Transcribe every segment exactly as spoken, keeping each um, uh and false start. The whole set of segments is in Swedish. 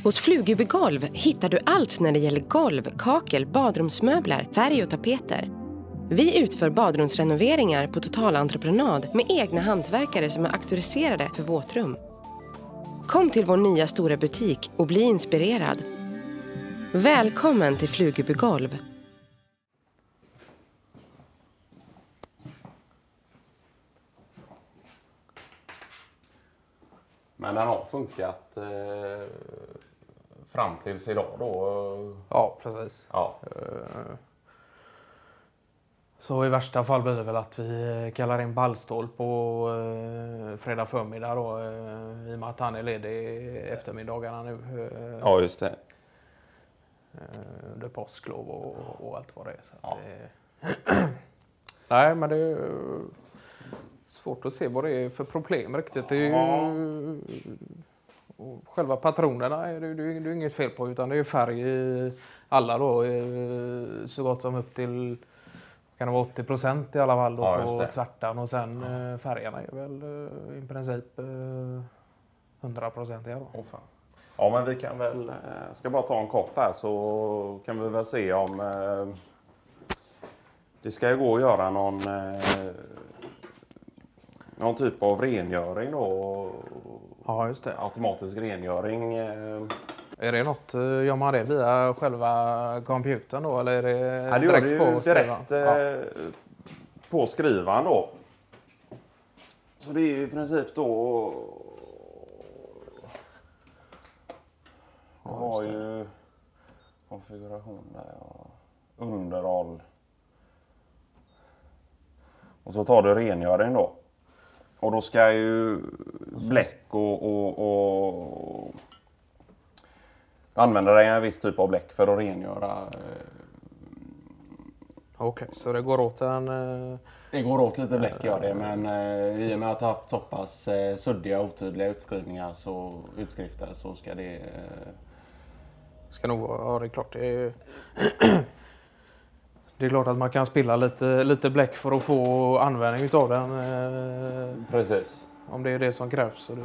Hos Flugubegolv hittar du allt när det gäller golv, kakel, badrumsmöbler, färg och tapeter. Vi utför badrumsrenoveringar på totalentreprenad med egna hantverkare som är auktoriserade för våtrum. Kom till vår nya stora butik och bli inspirerad. Välkommen till Flugubegolv. Men den har funkat eh, fram tills idag då? Ja, precis. Ja. Så i värsta fall blir det väl att vi kallar in Ballstål på eh, fredag förmiddag då, eh, i och med att han är ledig eftermiddagarna nu. Eh, ja, just det. Eh, under påsklov och, och allt vad det är. Så att ja. det... Nej, men det är svårt att se vad det är för problem riktigt. Det är ja. ju... Själva patronerna är det, det är inget fel på, utan det är färg i alla då, så gott som upp till kan det vara åttio procent i alla fall då, ja, på svärtan, och sen ja. Färgerna är väl i princip hundra procent. Ja, oh, fan. Ja, men vi kan väl, ska bara ta en kort här så kan vi väl se om det ska ju gå att göra någon någon typ av rengöring då. Ja, just det. Automatisk rengöring. Är det något, gör man det via själva computern då, eller är det ja, det direkt det på direkt skrivan? Eh, på skrivan då. Så det är i princip då... Jag har ju konfiguration där, ja. Underhåll. Och så tar du rengöring då. Och då ska ju bläck och, och, och använda dig en viss typ av bläck för att rengöra. Okej, okay, så det går åt en... Det går åt lite bläck, gör det, men uh, i och med att ha haft så pass uh, suddiga och otydliga utskrivningar så, utskrifter så ska det... Uh... Ska nog vara, ja det är klart, det är Det är klart att man kan spilla lite, lite bläck för att få användning av den. Eh, Precis. Om det är det som krävs. Så det...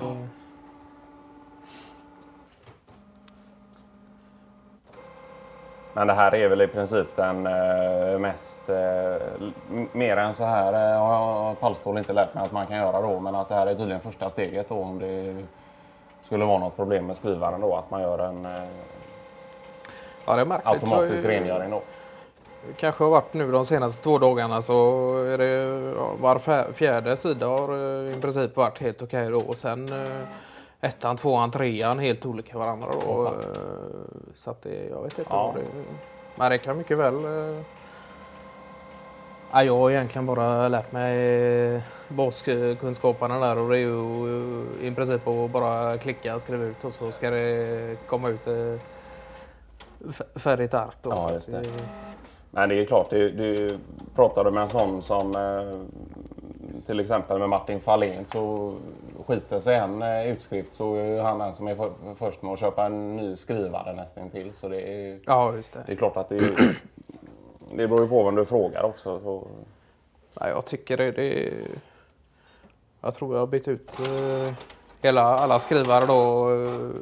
Men det här är väl i princip den eh, mest... Eh, mer än så här eh, har Pallstål inte lärt mig att man kan göra då. Men att det här är tydligen första steget då, om det skulle vara något problem med skrivaren då. Att man gör en eh, ja, det är märkligt. automatisk rengöring då. Kanske har varit nu de senaste två dagarna, så är det ja, var fjärde sida har i princip varit helt okej då, och sen eh, ettan, tvåan, trean helt olika varandra då. Oh, så att det, jag vet inte ja. vad det men det kan mycket väl eh, ja, jag har egentligen bara lärt mig baskunskaperna där, och det är ju i princip att bara klicka, skriva ut, och så ska det komma ut eh, färdigt ark då. Ja, så just det. det Men det är klart, du, du pratade med en sån som eh, till exempel med Martin Fahlén, så skiter sig en eh, utskrift så är han den som är för, först med att köpa en ny skrivare nästan till. Så det är, ja, just det. Det är klart att det, är, det beror ju på vem du frågar också. Så. Ja, jag tycker det, det jag tror jag har bytt ut eh, hela, alla skrivare då eh,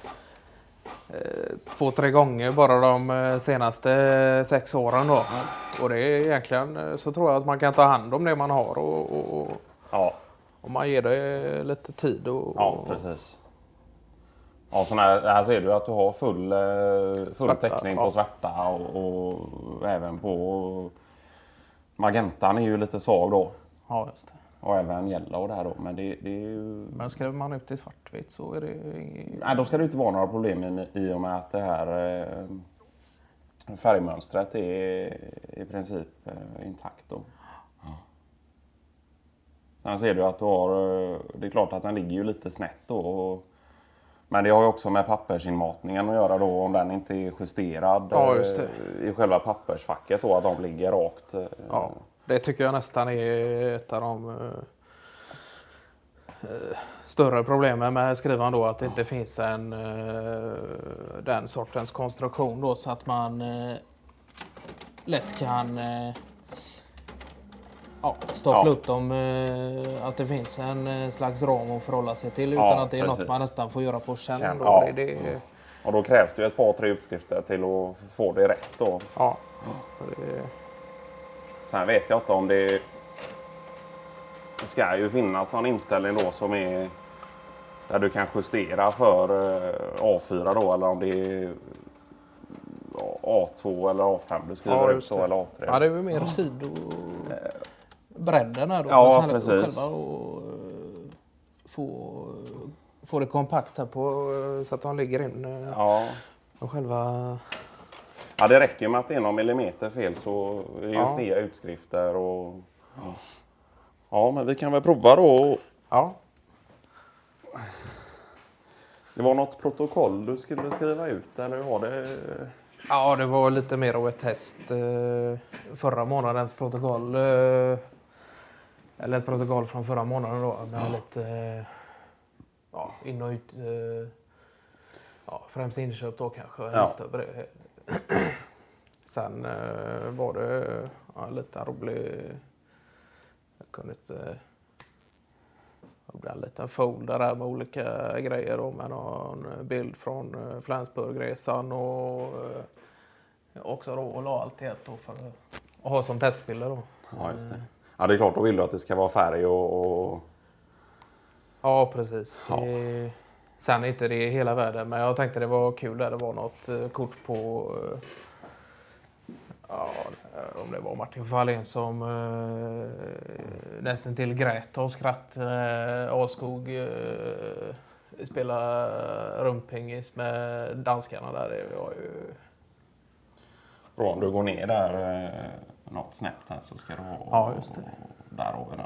två, tre gånger bara de senaste sex åren då. Och det är egentligen så tror jag att man kan ta hand om det man har och, och, ja. och man ger det lite tid. Och, ja, precis. Ja, så här, här ser du att du har full, full svärta, täckning på ja. svärta och, och även på magentan är ju lite svag då. Ja, just det. Och även yellow där då, men det, det är ju... Men skriver man ut i svartvitt så är det... Nej, då ska det inte vara några problem i, i och med att det här eh, färgmönstret är i princip eh, intakt då. Ja. Sen ser du att du har, det är klart att den ligger ju lite snett då. Och, men det har ju också med pappersinmatningen att göra då, om den inte är justerad ja, just det. eh, i själva pappersfacket då, att de ligger rakt. Eh, ja. Det tycker jag nästan är ett av de uh, större problemen med skrivan då, att det inte finns en uh, den sortens konstruktion då, så att man uh, lätt kan uh, ja, stapla ja. upp dem, uh, att det finns en uh, slags ram att förhålla sig till utan ja, att det är precis. något man nästan får göra på känn. Då. Ja. Det, det, Och då krävs det ju ett par, tre utskrifter till att få det rätt då. Ja. Det... Sen vet jag inte om det... Det ska ju finnas någon inställning då som är... Där du kan justera för A fyra då, eller om det är A två eller A fem du skriver ja, ut då, eller A tre. Ja, det är ju mer sidobredden här då. Ja, precis. Själva och få, få det kompakt här på så att de ligger in. Ja. Och själva... Ja, det räcker med att det är någon millimeter fel så är det ju Ja. sneda utskrifter och... Ja. Ja, men vi kan väl prova då. Ja. Det var något protokoll du skulle skriva ut, eller var det? Ja, det var lite mer av ett test. Förra månadens protokoll. Eller ett protokoll från förra månaden då. Med ja. lite ja, in och ut. Ja, främst inköp då kanske. Ja. Sen var det ja, lite rolig... Jag kunde inte... Det blev en liten folder där med olika grejer då, med någon bild från Flensburgresan och också då och la allt i ett då för att ha som testbilder då. Ja, just det. Ja, det är klart, då vill du att det ska vara färg och... och... Ja, precis. Ja. Det... Sen är inte det hela världen, men jag tänkte det var kul där det var något kort på... Ja, om det var Martin Fahlén som eh, nästan till grät av skratt. Eh, Alskog eh, spelade rumpingis med danskarna där. Det var ju... Bra, om du går ner där eh, något snäppt här så ska du ha... Ja, just det. Där har vi den.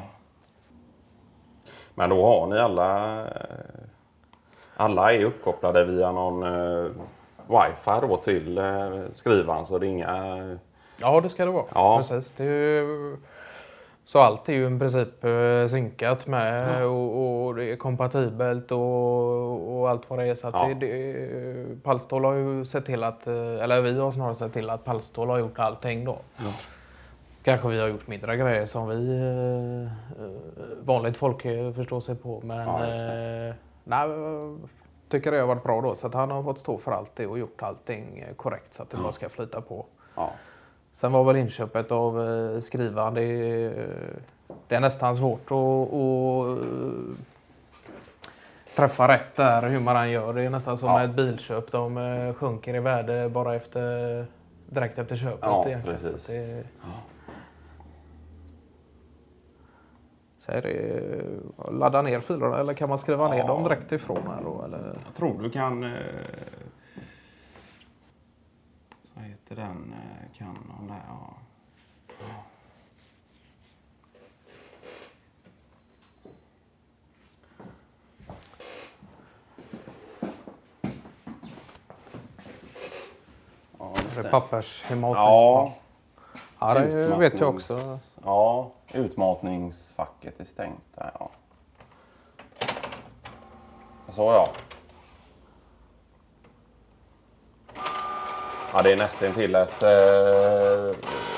Men då har ni alla... Alla är uppkopplade via någon... Eh, wifi då till eh, skrivaren så det är inga... Ja, det ska det vara. Ja. Precis. Det är ju... Så allt är ju i princip eh, synkat med ja. och, och det är kompatibelt och, och allt vad det är. Så att ja. det, det, Palstol har ju sett till att, eller vi har snarare sett till att Palstol har gjort allting då. Ja. Kanske vi har gjort mindre grejer som vi eh, vanligt folk förstår sig på. Men ja, eh, nej, tycker det har varit bra då. Så att han har fått stå för allt det och gjort allting korrekt så att det ja. bara ska flyta på. Ja. Sen var väl inköpet av eh, skrivaren, det är, det är nästan svårt att, att träffa rätt där hur man gör. Det är nästan som ja. ett bilköp, de eh, sjunker i värde bara efter, direkt efter köpet. Ja, egentligen. precis. Så, det, ja. så är det, ladda ner filerna eller kan man skriva ja. ner dem direkt ifrån här då? Eller? Jag tror du kan... Eh... Vad heter den kanon där? Ja. Ja, det är pappershemat. Ja. Ja, det Utmattnings... vet jag också. Ja, utmatningsfacket är stängt där, ja. Så ja. Ja, det är nästan till ett... Eh...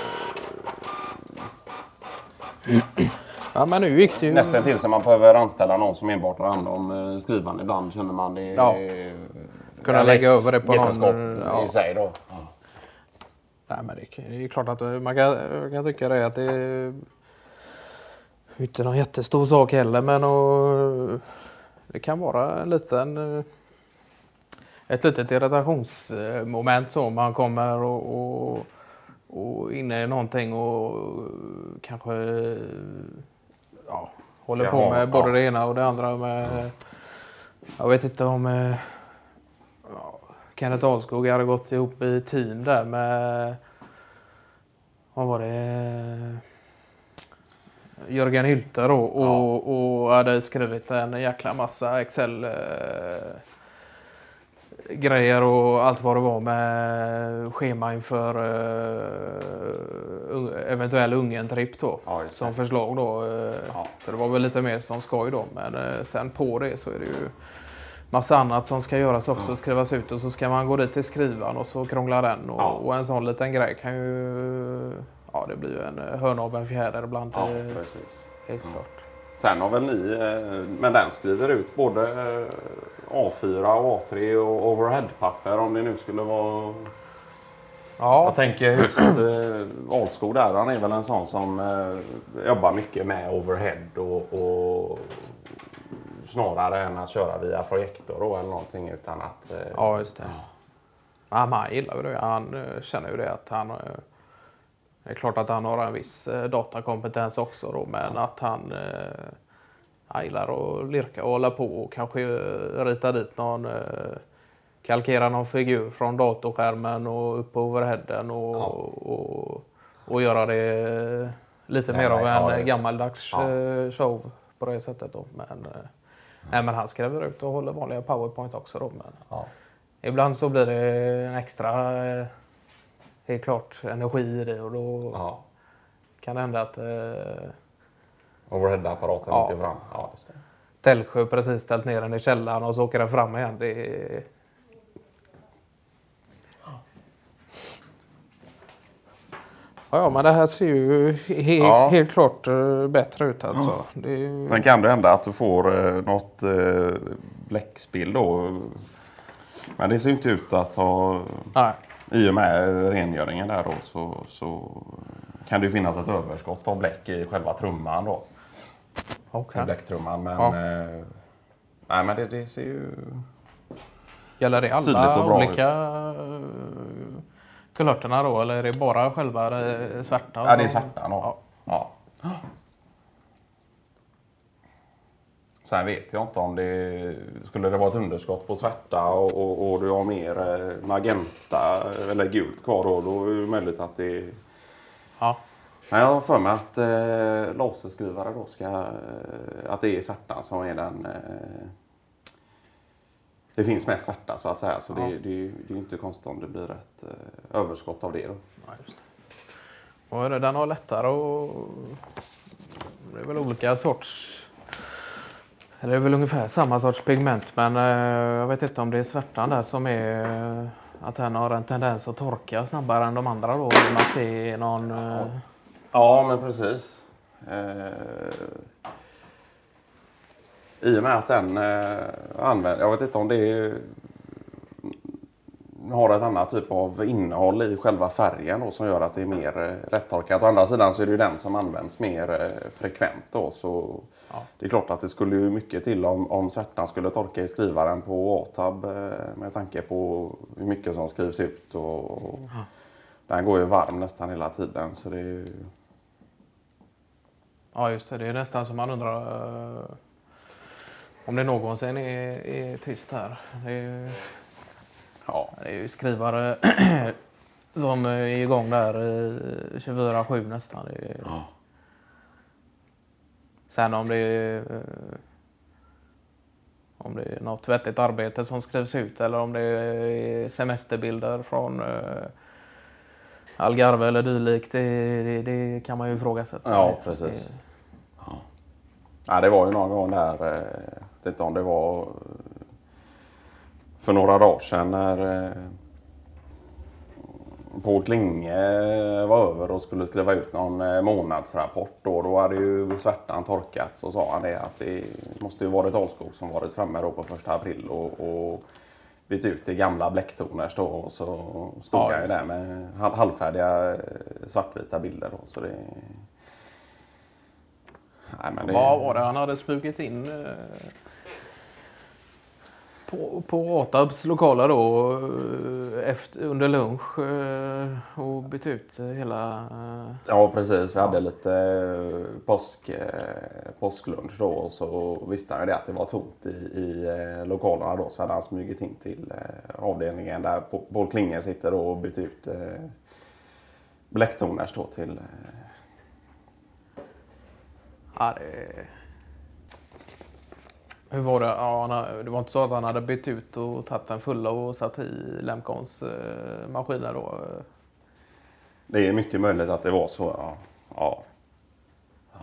Ja, men nu gick det ju... Nästan till så man behöver anställa någon som enbart har hand om skrivan. Ibland känner man det... Ja. Kunna lägga över det på någon... Ja. I sig då. Ja. Nej, men det är klart att man kan, kan tycka det att det är inte någon jättestor sak heller, men och, det kan vara en liten... Ett litet irritationsmoment så man kommer och, och, och inne i någonting och kanske ja, håller Ska på ha, med både ja. det ena och det andra med, jag vet inte om ja, Kenneth Alskog hade gått ihop i team där med, vad var det, Jörgen Hylte då och, ja. och hade skrivit en jäkla massa Excel grejer och allt vad det var med schema inför uh, eventuell Ungern-tripp då, ja, som förslag då. Uh, ja. Så det var väl lite mer som skoj då, men uh, sen på det så är det ju massa annat som ska göras också, ja. skrivas ut och så ska man gå dit till skrivan och så krånglar den och, ja. och en sån liten grej kan ju, ja det blir ju en hörna av en fjäder ibland. Ja, precis. Helt mm. klart. Sen har väl ni, men den skriver ut både A fyra, A tre och overheadpapper om det nu skulle vara... Ja. Jag tänker just eh, Alskog där, han är väl en sån som eh, jobbar mycket med overhead och, och snarare än att köra via projektor då, eller någonting utan att... Eh, ja, just det. Ja, men han gillar ju det. Han känner ju det att han... Det är klart att han har en viss datakompetens också då, men ja. att han... Han gillar att lirka och hålla på och kanske rita dit någon... Kalkera någon figur från datorskärmen och upp på overheaden och, ja. och, och göra det lite nej, mer av en ja, gammaldags ja. show på det sättet då. Men, ja. nej, men han skriver ut och håller vanliga PowerPoint också då. Men ja. ibland så blir det en extra helt klart energi i det och då ja. kan det hända att eh, overhead-apparaten ja. åker fram. Ja, just det. Tällsjö precis ställt ner den i källaren och så åker den fram igen. Det är... Ja, men det här ser ju he- ja. helt klart uh, bättre ut alltså. Ja. Det är ju... Sen kan det hända att du får uh, något uh, bläckspill då. Men det ser inte ut att ha... Nej. I och med rengöringen där då så, så kan det finnas ett överskott av bläck i själva trumman då. Okay. Bläcktrumman, men... Ja. Uh, nej, men det, det ser ju... Gäller det alla olika... Ut. Kulörterna då, eller är det bara själva det svarta? Ja, det är svarta. Ja. Ja. Sen vet jag inte om det skulle det vara ett underskott på svarta och, och, och du har mer magenta eller gult kvar då, då är det möjligt att det... Ja. Men jag har för mig att eh, laserskrivare då ska... Att det är svarta som är den... Eh, det finns mest svarta så att säga, så ja. det, det, det är inte konstigt om det blir ett eh, överskott av det då. Ja, just det. Och den har lättare och det är väl olika sorts, det är väl ungefär samma sorts pigment, men eh, jag vet inte om det är svärtan där som är att den har en tendens att torka snabbare än de andra då, om att det är någon... Eh... Ja, men precis. Eh... I och med att den eh, använder, jag vet inte om det är, har ett annat typ av innehåll i själva färgen då, som gör att det är mer eh, rättorkat. Å andra sidan så är det ju den som används mer eh, frekvent då, så ja. det är klart att det skulle ju mycket till om, om svärtan skulle torka i skrivaren på A T A B eh, med tanke på hur mycket som skrivs ut och, och ja. den går ju varm nästan hela tiden, så det är ju... Ja, just det, det är nästan som man undrar... Uh... Om det någonsin är, är tyst här. Det är ju, ja. det är ju skrivare som är igång där tjugofyra sju nästan. Det är, ja. Sen om det är om det är något vettigt arbete som skrivs ut eller om det är semesterbilder från Algarve eller dylikt, det, det, det kan man ju ifrågasätta. Ja, precis. Det, ja. Ja, det var ju någon gång där, jag vet inte om det var för några dagar sedan när Paul Klinge var över och skulle skriva ut någon månadsrapport. Då, då hade ju svärtan torkat, så sa han det att det måste ju varit Alskog som varit framme då på första april och, och bytt ut till gamla bläcktoner då, och så stod ja, jag ju där med halvfärdiga svartvita bilder. Då, så det... Nej, men det... Vad var det han hade smugit in eh, på, på A T A Bs lokaler då efter, under lunch eh, och bytt ut hela... Eh... Ja, precis. Vi ja. hade lite påsk, eh, påsklunch då, och så visste han ju det att det var tomt i, i eh, lokalerna då, så hade han smugit in till eh, avdelningen där Paul Klinge sitter då och bytt ut eh, bläcktoners då till... Eh, Ja, det... Hur var det? Ja, han, det var inte så att han hade bytt ut och tagit den fulla och satt i Lemcons eh, maskiner då? Det är mycket möjligt att det var så, ja. Ja. ja.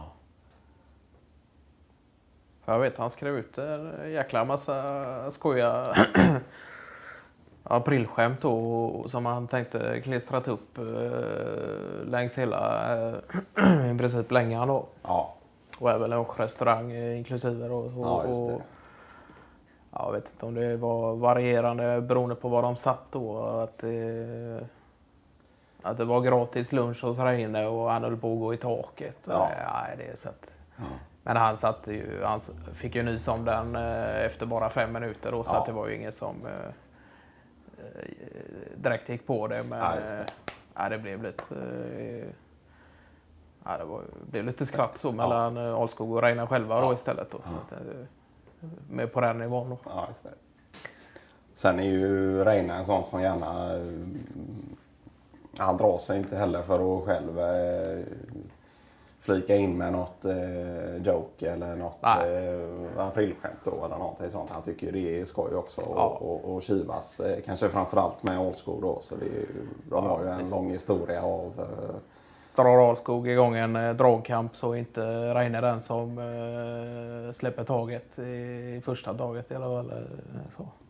Jag vet, han skrev ut en jäkla massa skoja aprilskämt då, som han tänkte klistrat upp eh, längs hela, eh, i princip längan då. Ja. Och även en restaurang inklusive. Och, och, Ja, just det. Och, jag vet inte om det var varierande beroende på var de satt då. Att det, att det var gratis lunch hos Reine och han höll på att gå i taket. Ja. Nej, det är så att, Ja. men han, satt ju, han fick ju nys om den efter bara fem minuter. Då, så Ja. att det var ju ingen som direkt gick på det. Men Ja, just det. Ja, det blev lite... Ja, det var, blev lite skratt så mellan ja. Alskog och Reine själva då Ja. istället. Då, Ja. så att, med på den nivån då. Ja, just det. Sen är ju Reine en sån som gärna... Han drar sig inte heller för att själv eh, flika in med något eh, joke eller något eh, aprilskämt då eller någonting sånt. Han tycker det är skoj också och, Ja. och, och kivas. Eh, kanske framförallt med Alskog då. Så det är, ju- de Ja, har ju en visst. lång historia av... Eh, Drar Alskog igång en eh, dragkamp så inte Reine den som eh, släpper taget i, i första daget eller, eller så.